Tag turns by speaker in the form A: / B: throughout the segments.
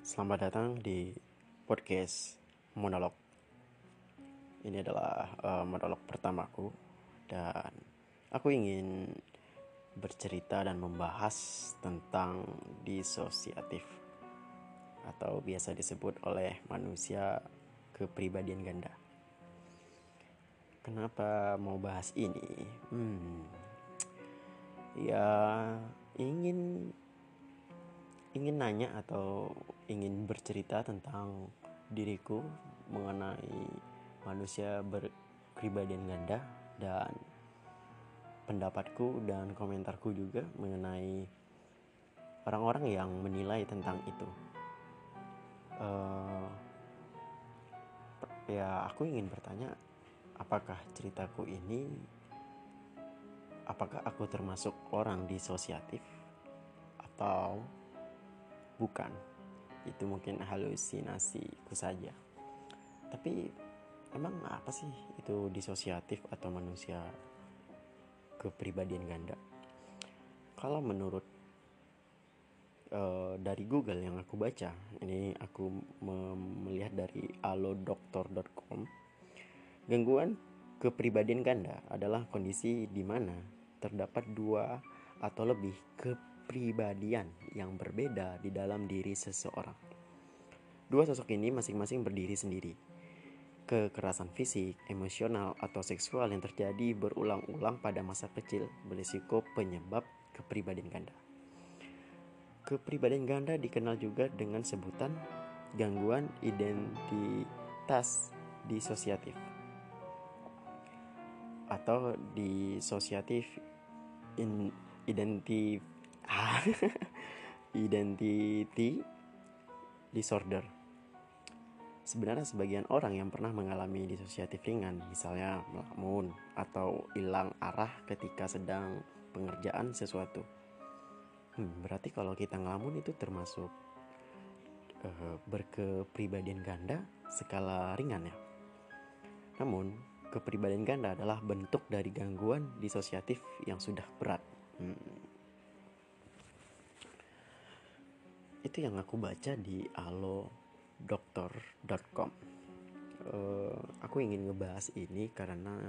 A: Selamat datang di podcast monolog. Ini adalah monolog pertamaku dan aku ingin bercerita dan membahas tentang disosiatif atau biasa disebut oleh manusia kepribadian ganda. Kenapa mau bahas ini? Ya ingin nanya atau ingin bercerita tentang diriku mengenai manusia berkepribadian ganda dan pendapatku dan komentarku juga mengenai orang-orang yang menilai tentang itu. Ya aku ingin bertanya, apakah ceritaku ini, apakah aku termasuk orang disosiatif atau bukan? Itu mungkin halusinasiku saja. Tapi emang apa sih itu disosiatif atau manusia kepribadian ganda? Kalau menurut dari Google yang aku baca, ini aku melihat dari alodoktor.com, gangguan kepribadian ganda adalah kondisi di mana terdapat dua atau lebih kepribadian yang berbeda di dalam diri seseorang. Dua sosok ini masing-masing berdiri sendiri. Kekerasan fisik, emosional, atau seksual yang terjadi berulang-ulang pada masa kecil berisiko penyebab kepribadian ganda. Kepribadian ganda dikenal juga dengan sebutan gangguan identitas disosiatif atau disosiatif identity disorder. Sebenarnya sebagian orang yang pernah mengalami disosiatif ringan, misalnya melamun atau hilang arah ketika sedang pengerjaan sesuatu. Berarti kalau kita ngelamun itu termasuk berkepribadian ganda skala ringan ya. Namun, kepribadian ganda adalah bentuk dari gangguan disosiatif yang sudah berat. Itu yang aku baca di alodoktor.com. Aku ingin ngebahas ini karena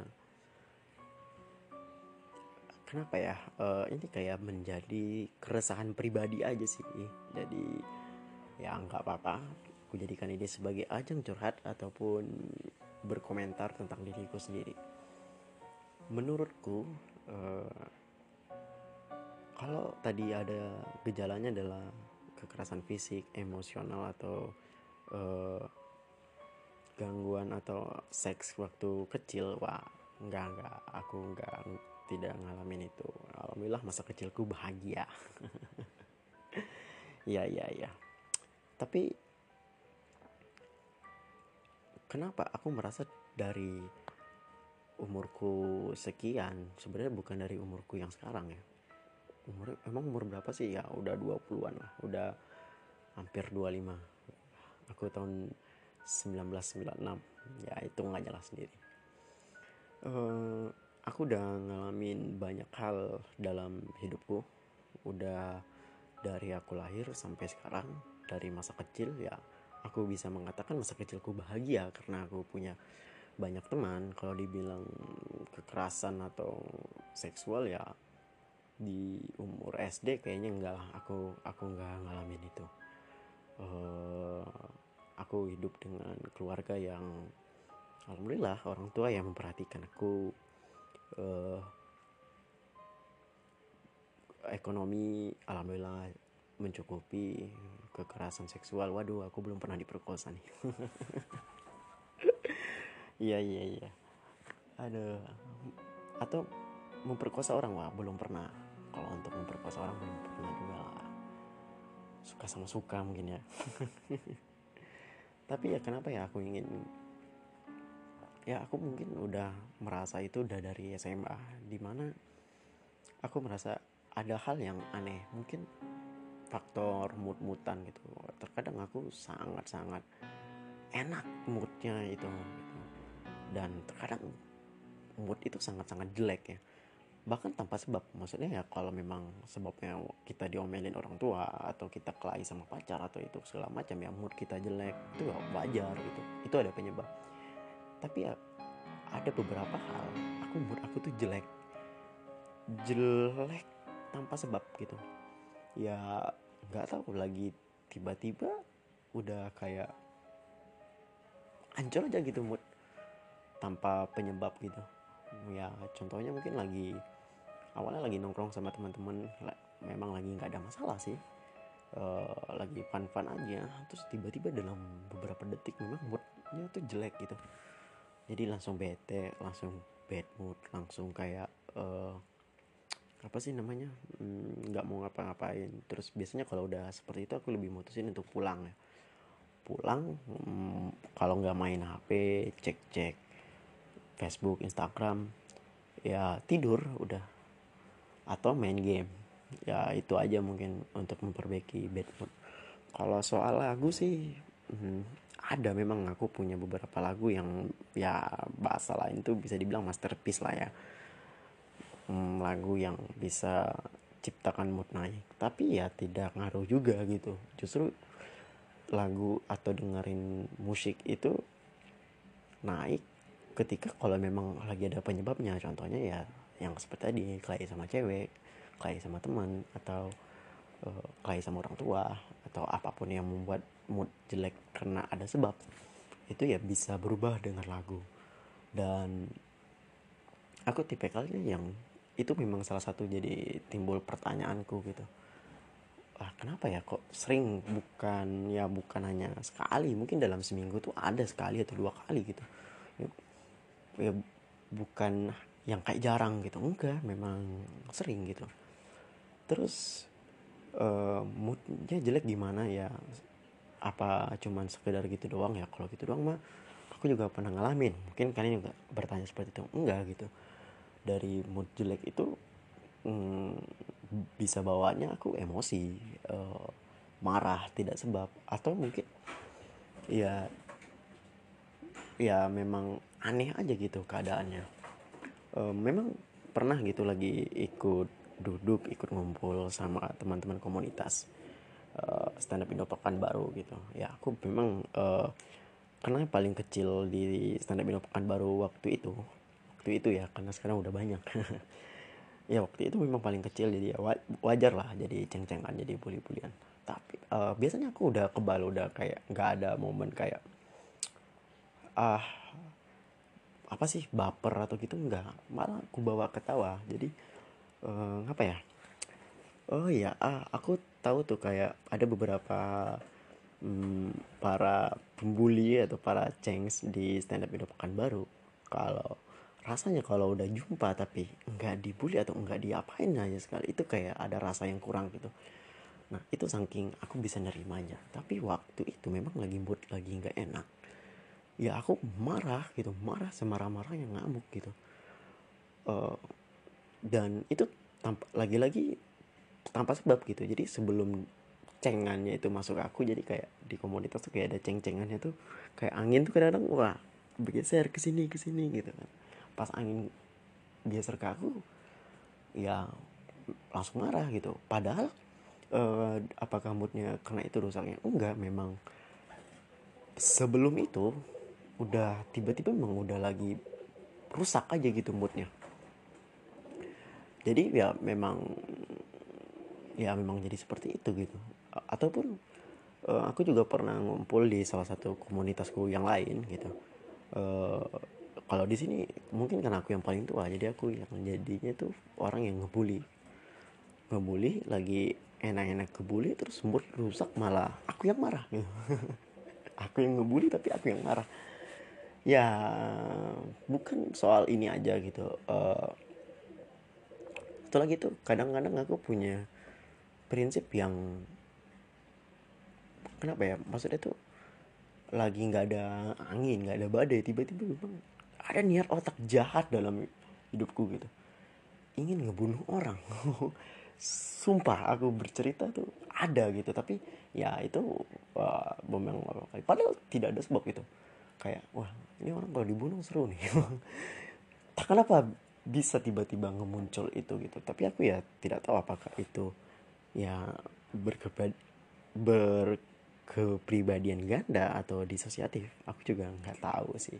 A: kenapa ya? Ini kayak menjadi keresahan pribadi aja sih. Jadi ya nggak apa-apa. Aku jadikan ini sebagai ajang curhat ataupun berkomentar tentang diriku sendiri. Menurutku, kalau tadi ada gejalanya adalah kekerasan fisik, emosional atau gangguan atau seks waktu kecil, wah enggak, aku tidak ngalamin itu. Alhamdulillah masa kecilku bahagia. Iya. Tapi kenapa aku merasa dari umurku sekian, sebenarnya bukan dari umurku yang sekarang ya. Umur berapa sih ya? Udah 20-an lah, udah hampir 25. Aku tahun 1996. Ya itu nggak jelas sendiri. Aku udah ngalamin banyak hal dalam hidupku. Udah dari aku lahir sampai sekarang, dari masa kecil ya aku bisa mengatakan masa kecilku bahagia karena aku punya banyak teman. Kalau dibilang kekerasan atau seksual ya di umur SD kayaknya enggak lah, aku enggak ngalamin itu. Aku hidup dengan keluarga yang alhamdulillah orang tua yang memperhatikan aku. Ekonomi alhamdulillah mencukupi. Kekerasan seksual, waduh aku belum pernah diperkosa nih. Iya. Aduh. Atau memperkosa orang, wah belum pernah. Kalau untuk memperkosa orang belum pernah juga lah. Suka sama suka mungkin ya. Tapi ya kenapa ya aku ingin, ya aku mungkin udah merasa itu udah dari SMA, dimana aku merasa ada hal yang aneh, mungkin faktor mood-moodan gitu. Terkadang aku sangat-sangat enak moodnya itu gitu. Dan terkadang mood itu sangat-sangat jelek ya. bahkan tanpa sebab. Maksudnya ya kalau memang sebabnya kita diomelin orang tua atau kita kelahi sama pacar atau itu segala macam, ya mood kita jelek, itu ya wajar gitu, itu ada penyebab. Tapi ya ada beberapa hal mood aku tuh jelek jelek tanpa sebab gitu ya, nggak tahu lagi tiba-tiba udah kayak hancur aja gitu mood tanpa penyebab gitu. Ya contohnya mungkin awalnya lagi nongkrong sama teman-teman, memang lagi nggak ada masalah sih, lagi fun-fun aja, terus tiba-tiba dalam beberapa detik memang moodnya tuh jelek gitu, jadi langsung bete, langsung bad mood, langsung kayak apa sih namanya, nggak mau ngapa-ngapain. Terus biasanya kalau udah seperti itu aku lebih mutusin untuk pulang ya, kalau nggak main HP, cek-cek Facebook, Instagram, ya tidur udah, atau main game. Ya itu aja mungkin untuk memperbaiki bad mood. Kalau soal lagu sih, ada, memang aku punya beberapa lagu yang ya bahasa lain tuh bisa dibilang masterpiece lah ya. Lagu yang bisa ciptakan mood naik, tapi ya tidak ngaruh juga gitu. Justru lagu atau dengerin musik itu naik ketika kalau memang lagi ada penyebabnya. Contohnya ya yang seperti tadi, kelahi sama cewek, kelahi sama teman, atau kelahi sama orang tua, atau apapun yang membuat mood jelek karena ada sebab, itu ya bisa berubah dengan lagu. Dan aku tipikalnya yang itu memang salah satu jadi timbul pertanyaanku gitu, kenapa ya kok sering, bukan hanya sekali, mungkin dalam seminggu tuh ada sekali atau dua kali gitu ya, bukan yang kayak jarang gitu, enggak, memang sering gitu. Terus moodnya jelek gimana ya, apa cuman sekedar gitu doang ya? Kalau gitu doang mah aku juga pernah ngalamin, mungkin kalian juga bertanya seperti itu. Enggak gitu, dari mood jelek itu bisa bawanya aku emosi, marah tidak sebab, atau mungkin ya memang aneh aja gitu keadaannya. Memang pernah gitu lagi ikut ngumpul sama teman-teman komunitas stand up Indo Pekanbaru gitu ya. Aku memang karena paling kecil di stand up Indo Pekanbaru waktu itu ya, karena sekarang udah banyak. Ya waktu itu memang paling kecil, jadi ya wajar lah jadi ceng-cengan, jadi bully-bulian. Tapi biasanya aku udah kebal, udah kayak nggak ada momen kayak ah apa sih, baper atau gitu, enggak, malah aku bawa ketawa. Jadi apa ya, oh iya, aku tahu tuh kayak ada beberapa para pembuli atau para cengs di stand up Indo Pekanbaru, kalau rasanya kalau udah jumpa tapi nggak dibully atau nggak diapain aja sekali, itu kayak ada rasa yang kurang gitu. Nah itu saking aku bisa nerimanya, tapi waktu itu memang lagi mood lagi nggak enak, ya aku marah gitu, marah semarah-marahnya, ngamuk gitu. Dan itu lagi-lagi tanpa sebab gitu. Jadi sebelum cengannya itu masuk aku, jadi kayak di komunitas tuh kayak ada ceng-cengannya tuh, kayak angin tuh kadang-kadang wah bergeser ke sini gitu kan. Pas angin geser ke aku, ya langsung marah gitu. Padahal apakah moodnya karena itu rusaknya? Enggak, memang sebelum itu udah tiba-tiba memang udah lagi rusak aja gitu moodnya. Jadi ya memang jadi seperti itu gitu. Ataupun aku juga pernah ngumpul di salah satu komunitasku yang lain gitu. Eh, Kalau di sini mungkin karena aku yang paling tua, jadi aku yang jadinya tuh orang yang ngebully lagi enak-enak kebully, terus mood rusak, malah aku yang marah gitu. Aku yang ngebully tapi aku yang marah. Ya bukan soal ini aja gitu. Satu lagi tuh kadang-kadang aku punya prinsip yang, kenapa ya, maksudnya tuh lagi nggak ada angin, nggak ada badai, tiba-tiba memang ada niat otak jahat dalam hidupku gitu, ingin ngebunuh orang. Sumpah aku bercerita tuh ada gitu, tapi ya itu memang padahal tidak ada sebab gitu. Kayak wah, ini orang kalau dibunuh seru nih. Tak kenapa bisa tiba-tiba ngemuncul itu gitu. Tapi aku ya tidak tahu apakah itu ya berkepribadian ganda atau disosiatif. Aku juga nggak tahu sih.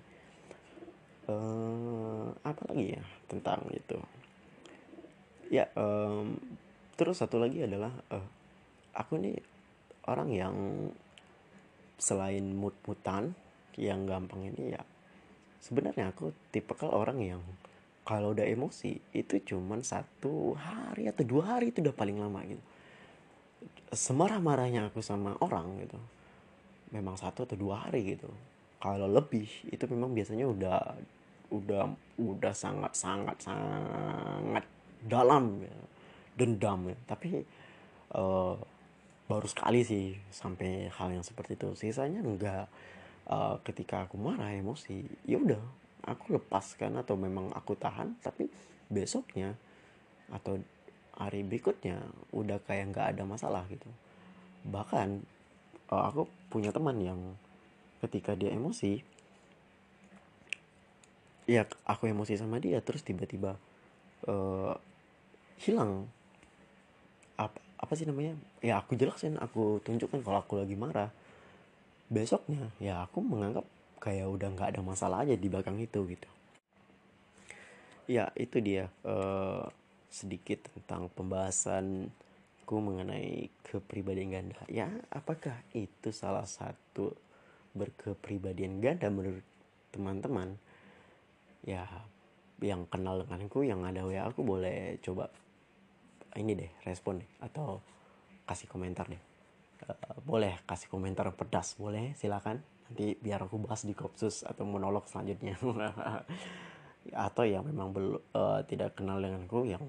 A: Apa lagi ya tentang itu ya. Terus satu lagi adalah aku nih orang yang selain mut-mutan yang gampang ini ya, sebenarnya aku tipikal orang yang kalau udah emosi itu cuman 1 hari atau 2 hari itu udah paling lama gitu. Semarah-marahnya aku sama orang gitu memang 1 atau 2 hari gitu. Kalau lebih itu memang biasanya udah udah sangat sangat sangat dalam ya, dendam ya. Tapi eh, baru sekali sih sampai hal yang seperti itu. Sisanya enggak. Ketika aku marah emosi ya udah aku lepaskan atau memang aku tahan, tapi besoknya atau hari berikutnya udah kayak nggak ada masalah gitu. Bahkan aku punya teman yang ketika dia emosi ya aku emosi sama dia terus tiba-tiba eh, hilang. Apa sih namanya ya, aku jelasin, aku tunjukkan kalau aku lagi marah. Besoknya ya aku menganggap kayak udah nggak ada masalah aja di belakang itu gitu. Ya itu dia sedikit tentang pembahasanku mengenai kepribadian ganda. Ya apakah itu salah satu berkepribadian ganda menurut teman-teman? Ya yang kenal denganku, yang ada WA aku, boleh coba ini deh respon deh atau kasih komentar deh. Boleh kasih komentar pedas, boleh silakan, nanti biar aku bahas di kopsus atau monolog selanjutnya. Atau yang memang belum tidak kenal denganku, yang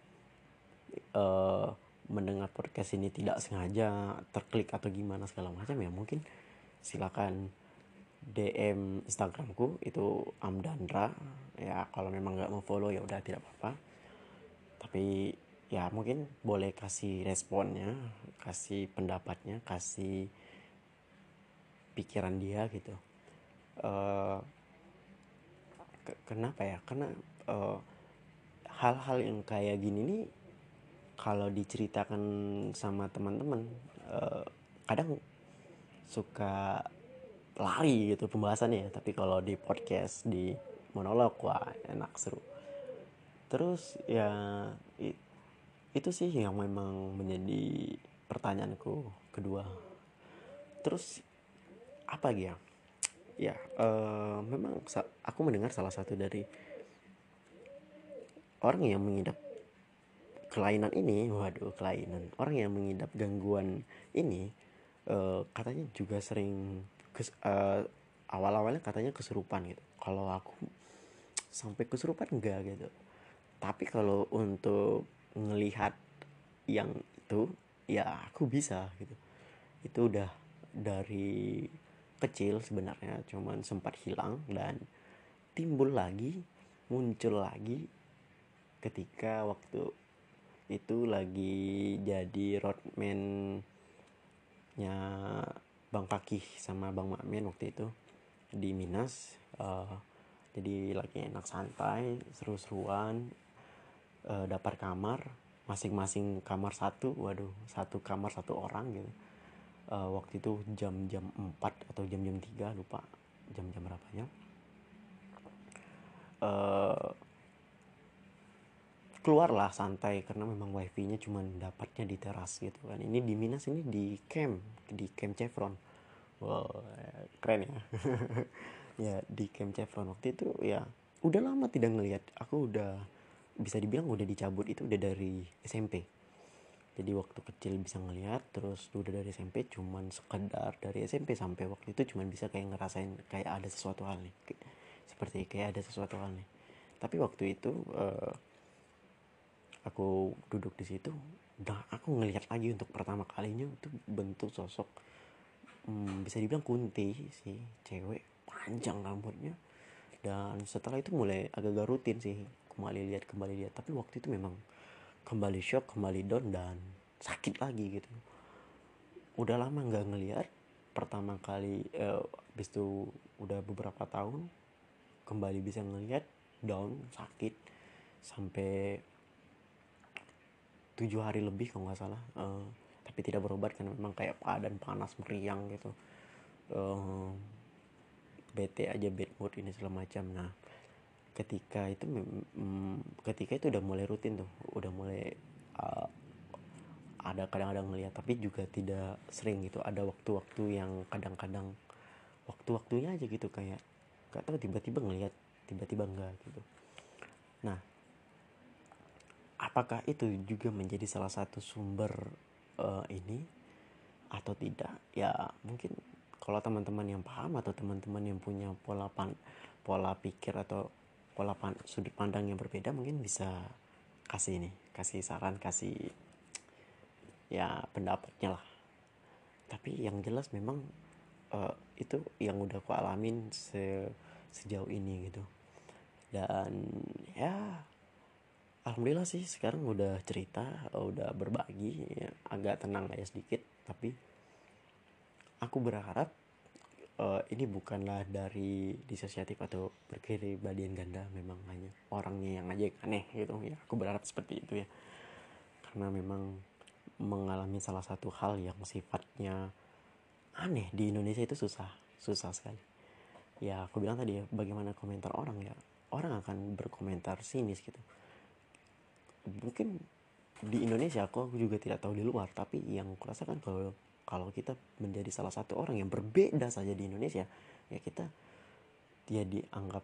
A: uh, mendengar podcast ini tidak sengaja terklik atau gimana segala macam, ya mungkin silakan DM Instagramku itu Amdandra. Ya kalau memang nggak mau follow ya udah tidak apa-apa, tapi ya mungkin boleh kasih responnya, kasih pendapatnya, kasih pikiran dia gitu. uh, Kenapa ya, karena uh, hal-hal yang kayak gini nih kalau diceritakan sama teman-teman kadang suka lari gitu pembahasannya ya, tapi kalau di podcast, di monolog, wah enak, seru. Terus ya itu sih yang memang menjadi pertanyaanku kedua. Terus apa lagi ya, ya memang aku mendengar salah satu dari orang yang mengidap kelainan ini, waduh kelainan, orang yang mengidap gangguan ini katanya juga sering awal-awalnya katanya kesurupan gitu. Kalau aku sampai kesurupan enggak gitu, tapi kalau untuk ngelihat yang itu ya aku bisa gitu. Itu udah dari kecil sebenarnya, cuman sempat hilang dan timbul lagi, muncul lagi ketika waktu itu lagi jadi roadman-nya Bang Fakih sama Bang Makmin waktu itu di Minas. Jadi lagi enak santai, seru-seruan, dapur kamar, masing-masing kamar satu, waduh, satu kamar satu orang gitu. Waktu itu jam-jam 4 atau jam-jam 3, lupa jam-jam berapanya. uh, Keluarlah santai karena memang wifi-nya cuma dapatnya di teras gitu kan. Ini di Minas, ini di camp Chevron. Wow, keren ya. Ya di camp Chevron waktu itu ya udah lama tidak ngelihat. Aku udah bisa dibilang udah dicabut itu udah dari SMP. Jadi waktu kecil bisa ngelihat, terus udah dari SMP, cuman sekedar dari SMP sampai waktu itu cuman bisa kayak ngerasain kayak ada sesuatu hal nih. Seperti kayak ada sesuatu hal nih. Tapi waktu itu aku duduk di situ, nah aku ngelihat lagi untuk pertama kalinya itu bentuk sosok, bisa dibilang kunti sih, cewek, panjang rambutnya. Dan setelah itu mulai agak-agak rutin sih kembali lihat, tapi waktu itu memang kembali shock, kembali down, dan sakit lagi gitu. Udah lama nggak ngelihat, pertama kali habis itu udah beberapa tahun kembali bisa ngelihat, down, sakit, sampai 7 hari lebih kalau nggak salah, tapi tidak berobat karena memang kayak keadaan panas meriang gitu, bete aja, bad mood ini segala macam. Nah, ketika itu udah mulai rutin tuh, udah mulai ada kadang-kadang ngeliat, tapi juga tidak sering gitu. Ada waktu-waktu yang kadang-kadang waktu-waktunya aja gitu, kayak gak tahu, tiba-tiba ngeliat, tiba-tiba enggak gitu. Nah, apakah itu juga menjadi salah satu sumber ini atau tidak? Ya mungkin kalau teman-teman yang paham atau teman-teman yang punya pola pikir atau sudut pandang yang berbeda, mungkin bisa kasih saran, kasih ya pendapatnya lah. Tapi yang jelas memang itu yang udah aku alamin sejauh ini gitu. Dan ya alhamdulillah sih sekarang udah cerita, udah berbagi ya, agak tenang aja sedikit. Tapi aku berharap ini bukanlah dari disosiatif atau berkepribadian ganda, memang hanya orangnya yang aja aneh gitu ya. Aku berharap seperti itu ya, karena memang mengalami salah satu hal yang sifatnya aneh di Indonesia itu susah sekali. Ya aku bilang tadi ya, bagaimana komentar orang, ya orang akan berkomentar sinis gitu. Mungkin di Indonesia, aku juga tidak tahu di luar, tapi yang kurasakan kalau kita menjadi salah satu orang yang berbeda saja di Indonesia, ya kita dia dianggap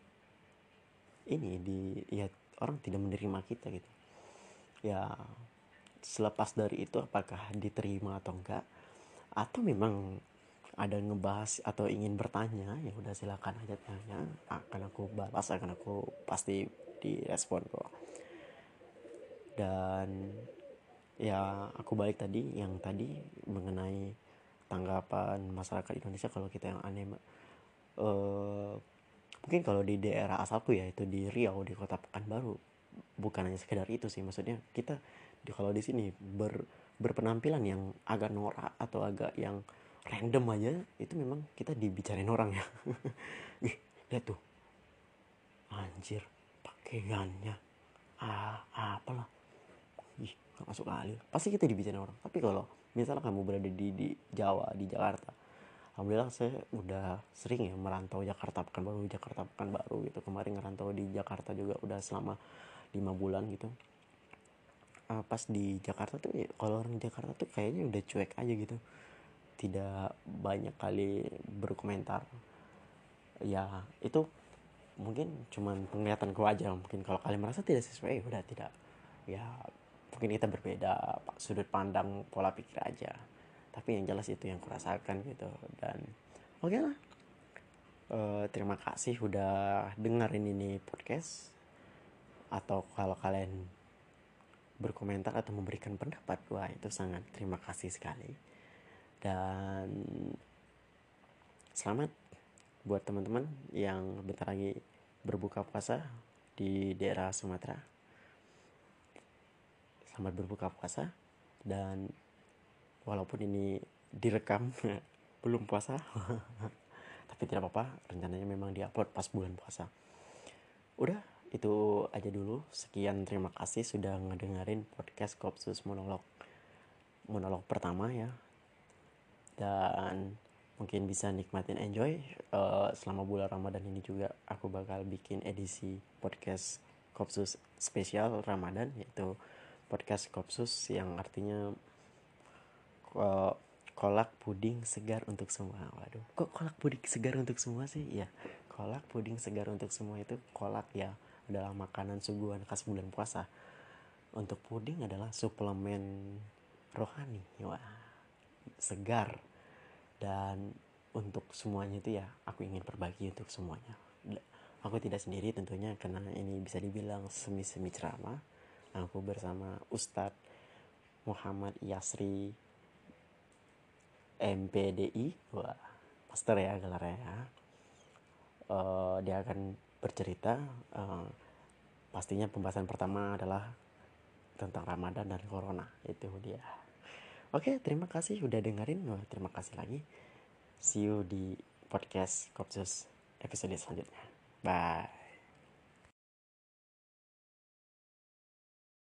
A: ya orang tidak menerima kita gitu. Ya selepas dari itu, apakah diterima atau enggak, atau memang ada ngebahas atau ingin bertanya, ya udah silakan aja tanya, akan aku balas, akan aku pasti direspon kok. Dan ya aku balik tadi mengenai tanggapan masyarakat Indonesia kalau kita yang aneh. Mungkin kalau di daerah asalku, ya itu di Riau, di kota Pekanbaru, bukan hanya sekedar itu sih, maksudnya kita kalau di sini berpenampilan yang agak norak atau agak yang random aja, itu memang kita dibicarain orang ya. Ih, lihat tuh, anjir, pakaiannya apalah, ih gak masuk kali, pasti kita dibicarain orang. Tapi kalau misalnya kamu berada di Jawa, di Jakarta, alhamdulillah saya udah sering ya merantau Jakarta Pekanbaru gitu. Kemarin ngerantau di Jakarta juga udah selama 5 bulan gitu. Pas di Jakarta tuh ya, kalau orang Jakarta tuh kayaknya udah cuek aja gitu, tidak banyak kali berkomentar. Ya itu mungkin cuman penglihatanku aja. Mungkin kalau kalian merasa tidak sesuai, udah tidak, ya mungkin kita berbeda sudut pandang, pola pikir aja. Tapi yang jelas itu yang kurasakan gitu. Dan oke lah, terima kasih udah dengerin ini podcast. Atau kalau kalian berkomentar atau memberikan pendapat, wah itu sangat terima kasih sekali. Dan selamat buat teman-teman yang bentar lagi berbuka puasa di daerah Sumatera. Selamat berbuka puasa. Dan walaupun ini direkam belum puasa tapi tidak apa-apa, rencananya memang diupload pas bulan puasa. Udah, itu aja dulu. Sekian, terima kasih sudah ngedengerin podcast Kopsus monolog pertama ya. Dan mungkin bisa nikmatin, enjoy. Selama bulan Ramadan ini juga aku bakal bikin edisi podcast Kopsus spesial Ramadan, yaitu podcast Kopsus, yang artinya kolak puding segar untuk semua. Waduh, kok kolak puding segar untuk semua sih? Ya, kolak puding segar untuk semua itu, kolak ya adalah makanan suguhan khas bulan puasa. Untuk puding adalah suplemen rohani. Wah, segar. Dan untuk semuanya itu ya aku ingin berbagi untuk semuanya. Aku tidak sendiri tentunya, karena ini bisa dibilang semi-semi ceramah. Aku bersama Ustadz Muhammad Yasri MPDI, wah, master ya gelarnya ya. Dia akan bercerita. Pastinya pembahasan pertama adalah tentang Ramadan dan Corona, itu dia. Oke, terima kasih udah dengerin. Wah, terima kasih lagi. See you di podcast Kopsus episode selanjutnya. Bye.